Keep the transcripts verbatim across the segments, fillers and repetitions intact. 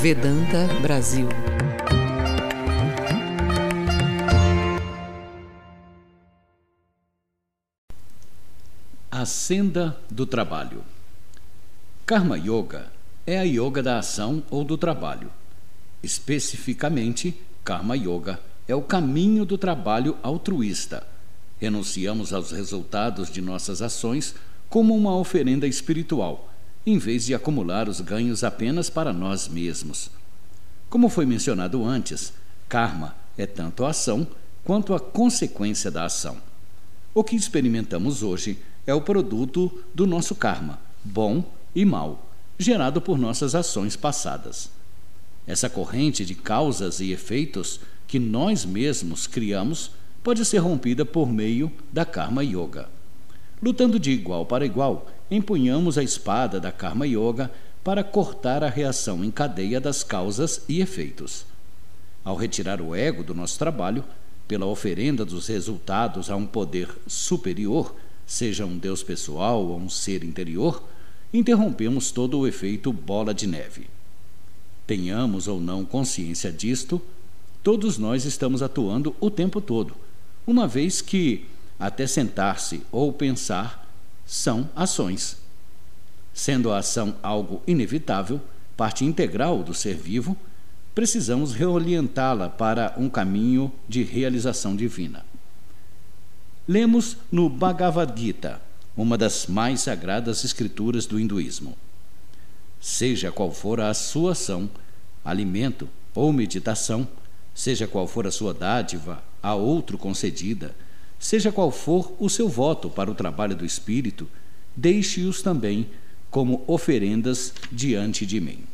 Vedanta Brasil. A senda do trabalho. Karma Yoga é a yoga da ação ou do trabalho. Especificamente, Karma Yoga é o caminho do trabalho altruísta. Renunciamos aos resultados de nossas ações como uma oferenda espiritual, em vez de acumular os ganhos apenas para nós mesmos. Como foi mencionado antes, karma é tanto a ação quanto a consequência da ação. O que experimentamos hoje é o produto do nosso karma, bom e mau, gerado por nossas ações passadas. Essa corrente de causas e efeitos que nós mesmos criamos pode ser rompida por meio da Karma Yoga. Lutando de igual para igual, empunhamos a espada da Karma Yoga para cortar a reação em cadeia das causas e efeitos. Ao retirar o ego do nosso trabalho, pela oferenda dos resultados a um poder superior, seja um Deus pessoal ou um ser interior, interrompemos todo o efeito bola de neve. Tenhamos ou não consciência disto, todos nós estamos atuando o tempo todo, uma vez que até sentar-se ou pensar são ações. Sendo a ação algo inevitável, parte integral do ser vivo, precisamos reorientá-la para um caminho de realização divina. Lemos no Bhagavad Gita, uma das mais sagradas escrituras do hinduísmo. Seja qual for a sua ação, alimento ou meditação, seja qual for a sua dádiva a outro concedida, seja qual for o seu voto para o trabalho do Espírito, deixe-os também como oferendas diante de mim.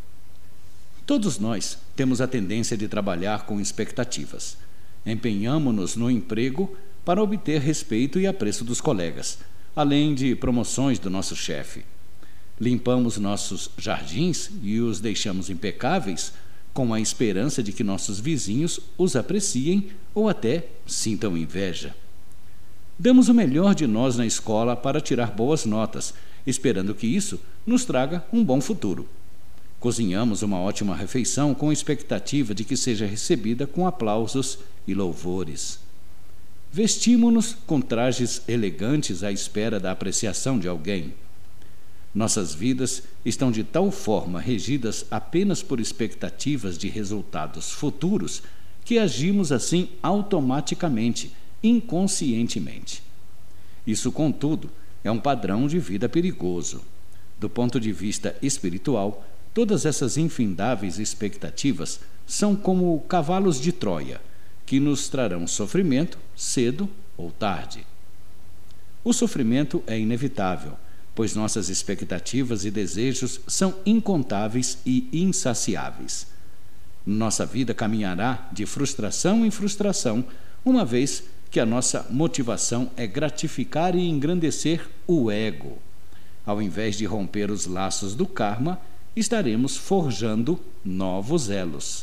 Todos nós temos a tendência de trabalhar com expectativas. Empenhamo-nos no emprego para obter respeito e apreço dos colegas, além de promoções do nosso chefe. Limpamos nossos jardins e os deixamos impecáveis com a esperança de que nossos vizinhos os apreciem ou até sintam inveja. Damos o melhor de nós na escola para tirar boas notas, esperando que isso nos traga um bom futuro. Cozinhamos uma ótima refeição com a expectativa de que seja recebida com aplausos e louvores. Vestimos-nos com trajes elegantes à espera da apreciação de alguém. Nossas vidas estão de tal forma regidas apenas por expectativas de resultados futuros que agimos assim automaticamente, inconscientemente. Isso, contudo, é um padrão de vida perigoso. Do ponto de vista espiritual, todas essas infindáveis expectativas são como cavalos de Troia, que nos trarão sofrimento cedo ou tarde. O sofrimento é inevitável, pois nossas expectativas e desejos são incontáveis e insaciáveis. Nossa vida caminhará de frustração em frustração, uma vez que a nossa motivação é gratificar e engrandecer o ego. Ao invés de romper os laços do karma, estaremos forjando novos elos.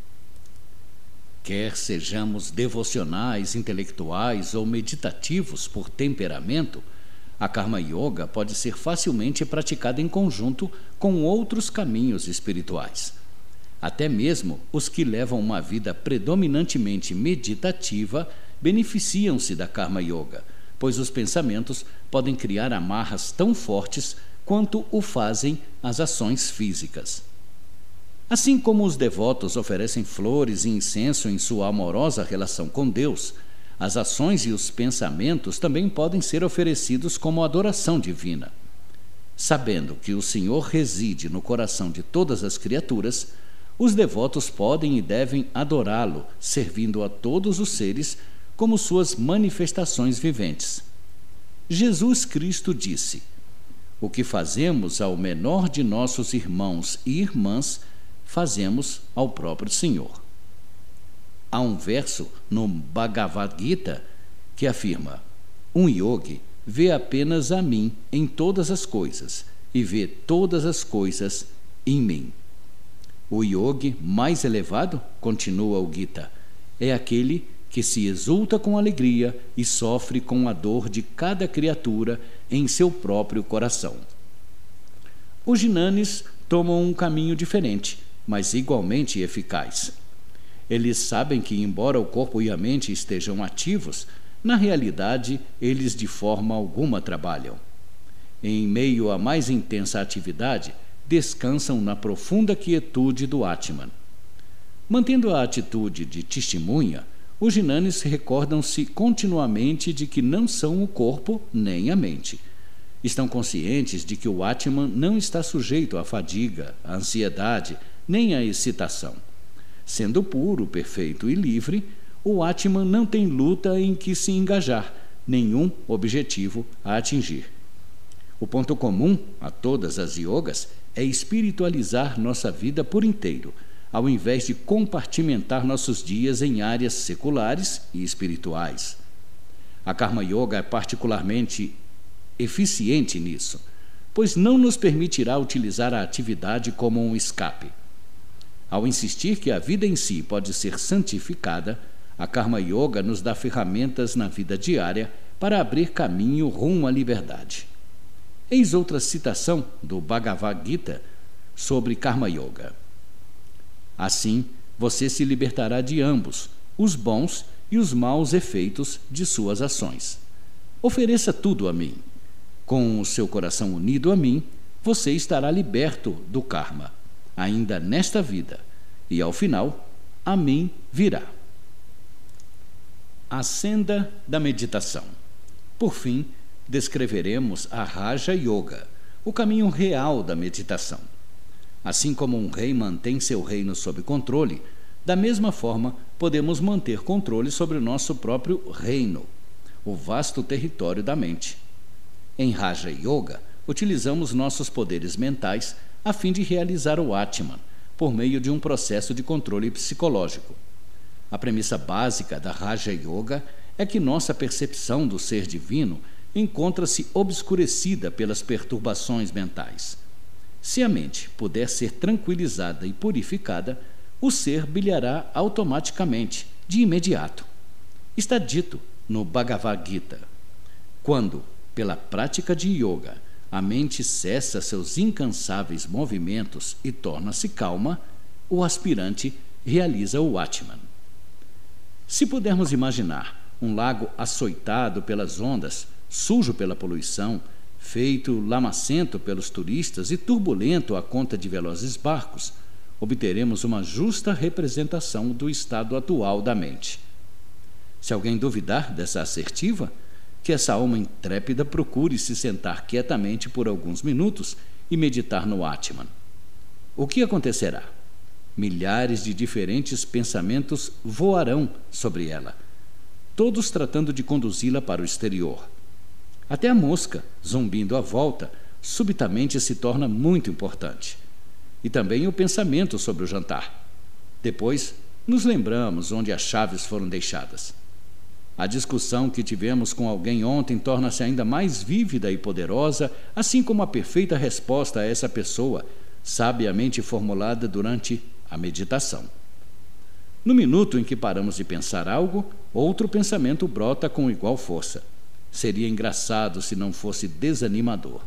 Quer sejamos devocionais, intelectuais ou meditativos por temperamento, a Karma Yoga pode ser facilmente praticada em conjunto com outros caminhos espirituais. Até mesmo os que levam uma vida predominantemente meditativa beneficiam-se da Karma Yoga, pois os pensamentos podem criar amarras tão fortes quanto o fazem as ações físicas. Assim como os devotos oferecem flores e incenso em sua amorosa relação com Deus, as ações e os pensamentos também podem ser oferecidos como adoração divina. Sabendo que o Senhor reside no coração de todas as criaturas, os devotos podem e devem adorá-lo, servindo a todos os seres como suas manifestações viventes. Jesus Cristo disse: "O que fazemos ao menor de nossos irmãos e irmãs, fazemos ao próprio Senhor." Há um verso no Bhagavad Gita que afirma: "Um yogi vê apenas a mim em todas as coisas e vê todas as coisas em mim." O yogi mais elevado, continua o Gita, é aquele que se exulta com alegria e sofre com a dor de cada criatura em seu próprio coração. Os Jnanis tomam um caminho diferente mas igualmente eficaz. Eles sabem que, embora o corpo e a mente estejam ativos, na realidade, eles de forma alguma trabalham. Em meio à mais intensa atividade, descansam na profunda quietude do Atman. Mantendo a atitude de testemunha, os Jnanis recordam-se continuamente de que não são o corpo nem a mente. Estão conscientes de que o Atman não está sujeito à fadiga, à ansiedade, nem à excitação. Sendo puro, perfeito e livre, o Atman não tem luta em que se engajar, nenhum objetivo a atingir. O ponto comum a todas as yogas é espiritualizar nossa vida por inteiro, ao invés de compartimentar nossos dias em áreas seculares e espirituais. A Karma Yoga é particularmente eficiente nisso, pois não nos permitirá utilizar a atividade como um escape. Ao insistir que a vida em si pode ser santificada, a Karma Yoga nos dá ferramentas na vida diária para abrir caminho rumo à liberdade. Eis outra citação do Bhagavad Gita sobre Karma Yoga. Assim, você se libertará de ambos, os bons e os maus efeitos de suas ações. Ofereça tudo a mim. Com o seu coração unido a mim, você estará liberto do karma, ainda nesta vida, e ao final, a mim virá. A senda da meditação. Por fim, descreveremos a Raja Yoga, o caminho real da meditação. Assim como um rei mantém seu reino sob controle, da mesma forma podemos manter controle sobre o nosso próprio reino, o vasto território da mente. Em Raja Yoga, utilizamos nossos poderes mentais a fim de realizar o Atman, por meio de um processo de controle psicológico. A premissa básica da Raja Yoga é que nossa percepção do ser divino encontra-se obscurecida pelas perturbações mentais. Se a mente puder ser tranquilizada e purificada, o ser brilhará automaticamente, de imediato. Está dito no Bhagavad Gita: quando, pela prática de yoga, a mente cessa seus incansáveis movimentos e torna-se calma, o aspirante realiza o Atman. Se pudermos imaginar um lago açoitado pelas ondas, sujo pela poluição, feito lamacento pelos turistas e turbulento à conta de velozes barcos, obteremos uma justa representação do estado atual da mente. Se alguém duvidar dessa assertiva, que essa alma intrépida procure se sentar quietamente por alguns minutos e meditar no Atman. O que acontecerá? Milhares de diferentes pensamentos voarão sobre ela, todos tratando de conduzi-la para o exterior. Até a mosca, zumbindo à volta, subitamente se torna muito importante. E também o pensamento sobre o jantar. Depois, nos lembramos onde as chaves foram deixadas. A discussão que tivemos com alguém ontem torna-se ainda mais vívida e poderosa, assim como a perfeita resposta a essa pessoa, sabiamente formulada durante a meditação. No minuto em que paramos de pensar algo, outro pensamento brota com igual força. Seria engraçado se não fosse desanimador.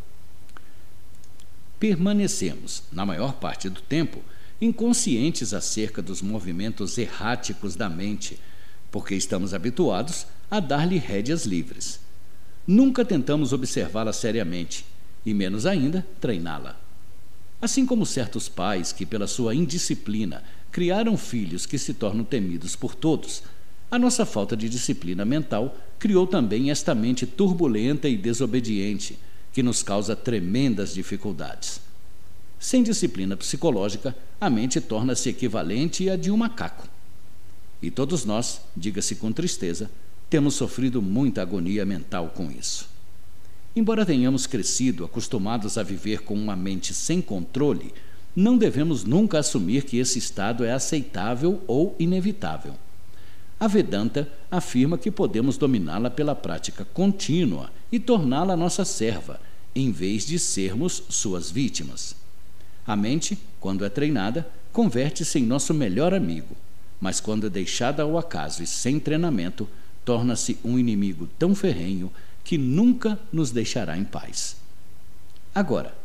Permanecemos, na maior parte do tempo, inconscientes acerca dos movimentos erráticos da mente, porque estamos habituados a dar-lhe rédeas livres. Nunca tentamos observá-la seriamente, e menos ainda treiná-la. Assim como certos pais que, pela sua indisciplina, criaram filhos que se tornam temidos por todos, a nossa falta de disciplina mental criou também esta mente turbulenta e desobediente, que nos causa tremendas dificuldades. Sem disciplina psicológica, a mente torna-se equivalente à de um macaco. E todos nós, diga-se com tristeza, temos sofrido muita agonia mental com isso. Embora tenhamos crescido acostumados a viver com uma mente sem controle, não devemos nunca assumir que esse estado é aceitável ou inevitável. A Vedanta afirma que podemos dominá-la pela prática contínua e torná-la nossa serva, em vez de sermos suas vítimas. A mente, quando é treinada, converte-se em nosso melhor amigo, mas quando é deixada ao acaso e sem treinamento, torna-se um inimigo tão ferrenho que nunca nos deixará em paz. Agora,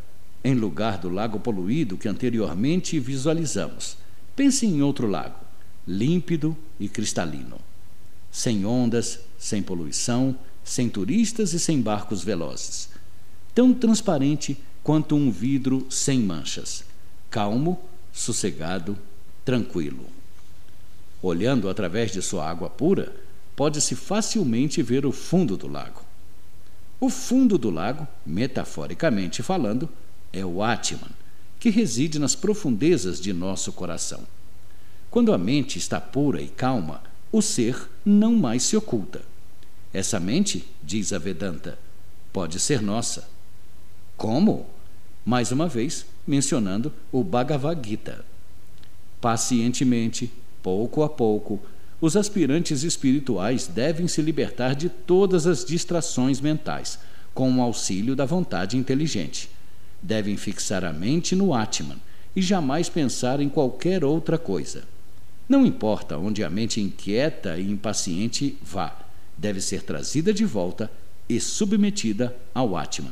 em lugar do lago poluído que anteriormente visualizamos. Pense em outro lago, límpido e cristalino, sem ondas, sem poluição, sem turistas e sem barcos velozes. Tão transparente quanto um vidro sem manchas, calmo, sossegado, tranquilo. Olhando através de sua água pura, pode-se facilmente ver o fundo do lago. O fundo do lago, metaforicamente falando, é o Atman, que reside nas profundezas de nosso coração. Quando a mente está pura e calma, o ser não mais se oculta. Essa mente, diz a Vedanta, pode ser nossa. Como? Mais uma vez, mencionando o Bhagavad Gita. Pacientemente, pouco a pouco, os aspirantes espirituais devem se libertar de todas as distrações mentais, com o auxílio da vontade inteligente. Devem fixar a mente no Atman e jamais pensar em qualquer outra coisa. Não importa onde a mente inquieta e impaciente vá, deve ser trazida de volta e submetida ao Atman.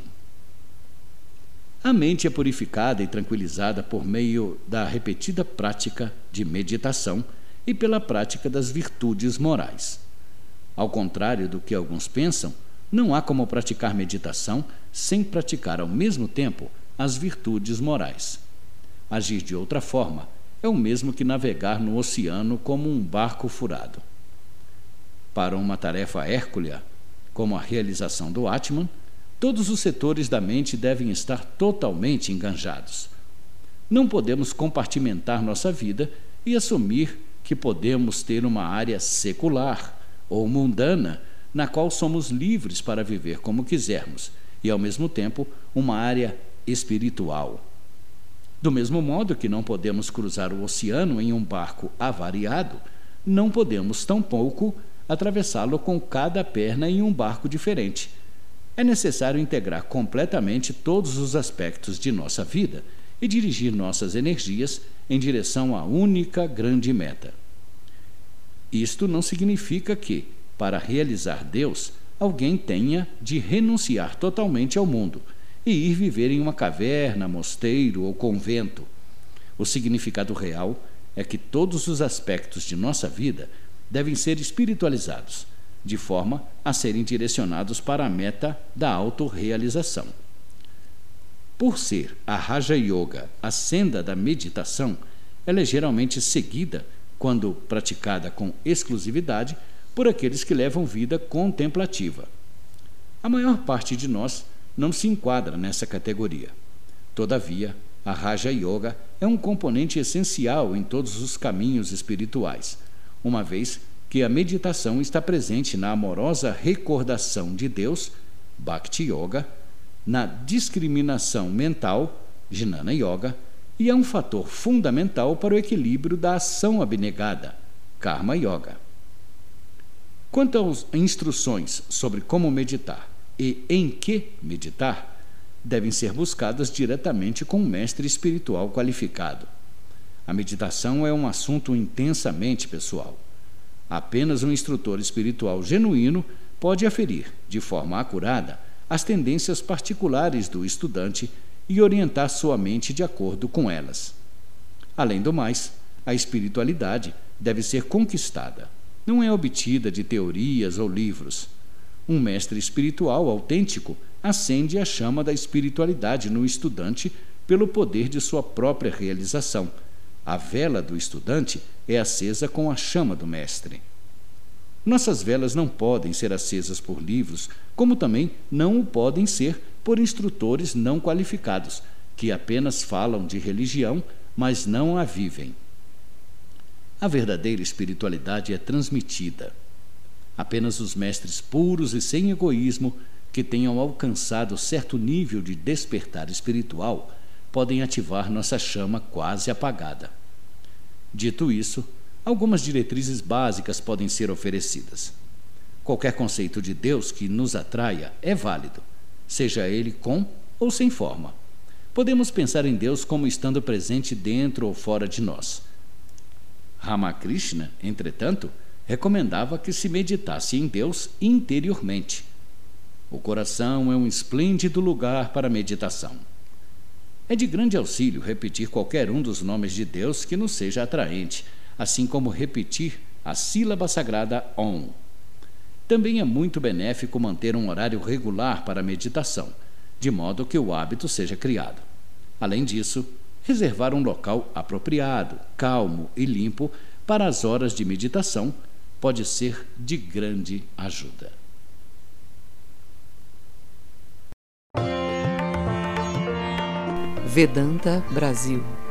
A mente é purificada e tranquilizada por meio da repetida prática de meditação e pela prática das virtudes morais. Ao contrário do que alguns pensam, não há como praticar meditação sem praticar ao mesmo tempo as virtudes morais. Agir de outra forma é o mesmo que navegar no oceano como um barco furado. Para uma tarefa hércula, como a realização do Atman, todos os setores da mente devem estar totalmente enganjados. Não podemos compartimentar nossa vida e assumir que podemos ter uma área secular ou mundana na qual somos livres para viver como quisermos e, ao mesmo tempo, uma área espiritual. Do mesmo modo que não podemos cruzar o oceano em um barco avariado, não podemos tampouco atravessá-lo com cada perna em um barco diferente. É necessário integrar completamente todos os aspectos de nossa vida e dirigir nossas energias em direção à única grande meta. Isto não significa que, para realizar Deus, alguém tenha de renunciar totalmente ao mundo e ir viver em uma caverna, mosteiro ou convento. O significado real é que todos os aspectos de nossa vida devem ser espiritualizados, de forma a serem direcionados para a meta da autorrealização. Por ser a Raja Yoga a senda da meditação, ela é geralmente seguida, quando praticada com exclusividade, por aqueles que levam vida contemplativa. A maior parte de nós não se enquadra nessa categoria. Todavia, a Raja Yoga é um componente essencial em todos os caminhos espirituais, uma vez que a meditação está presente na amorosa recordação de Deus, Bhakti Yoga, na discriminação mental, Jnana Yoga, e é um fator fundamental para o equilíbrio da ação abnegada, Karma Yoga. Quanto às instruções sobre como meditar e em que meditar, devem ser buscadas diretamente com um mestre espiritual qualificado. A meditação é um assunto intensamente pessoal. Apenas um instrutor espiritual genuíno pode aferir, de forma acurada, as tendências particulares do estudante e orientar sua mente de acordo com elas. Além do mais, a espiritualidade deve ser conquistada. Não é obtida de teorias ou livros. Um mestre espiritual autêntico acende a chama da espiritualidade no estudante pelo poder de sua própria realização. A vela do estudante é acesa com a chama do mestre. Nossas velas não podem ser acesas por livros, como também não o podem ser por instrutores não qualificados, que apenas falam de religião, mas não a vivem. A verdadeira espiritualidade é transmitida. Apenas os mestres puros e sem egoísmo, que tenham alcançado certo nível de despertar espiritual, podem ativar nossa chama quase apagada. Dito isso, algumas diretrizes básicas podem ser oferecidas. Qualquer conceito de Deus que nos atraia é válido, seja ele com ou sem forma. Podemos pensar em Deus como estando presente dentro ou fora de nós. Ramakrishna, entretanto, recomendava que se meditasse em Deus interiormente. O coração é um esplêndido lugar para a meditação. É de grande auxílio repetir qualquer um dos nomes de Deus que nos seja atraente, assim como repetir a sílaba sagrada Om. Também é muito benéfico manter um horário regular para a meditação, de modo que o hábito seja criado. Além disso, reservar um local apropriado, calmo e limpo para as horas de meditação pode ser de grande ajuda. Vedanta Brasil.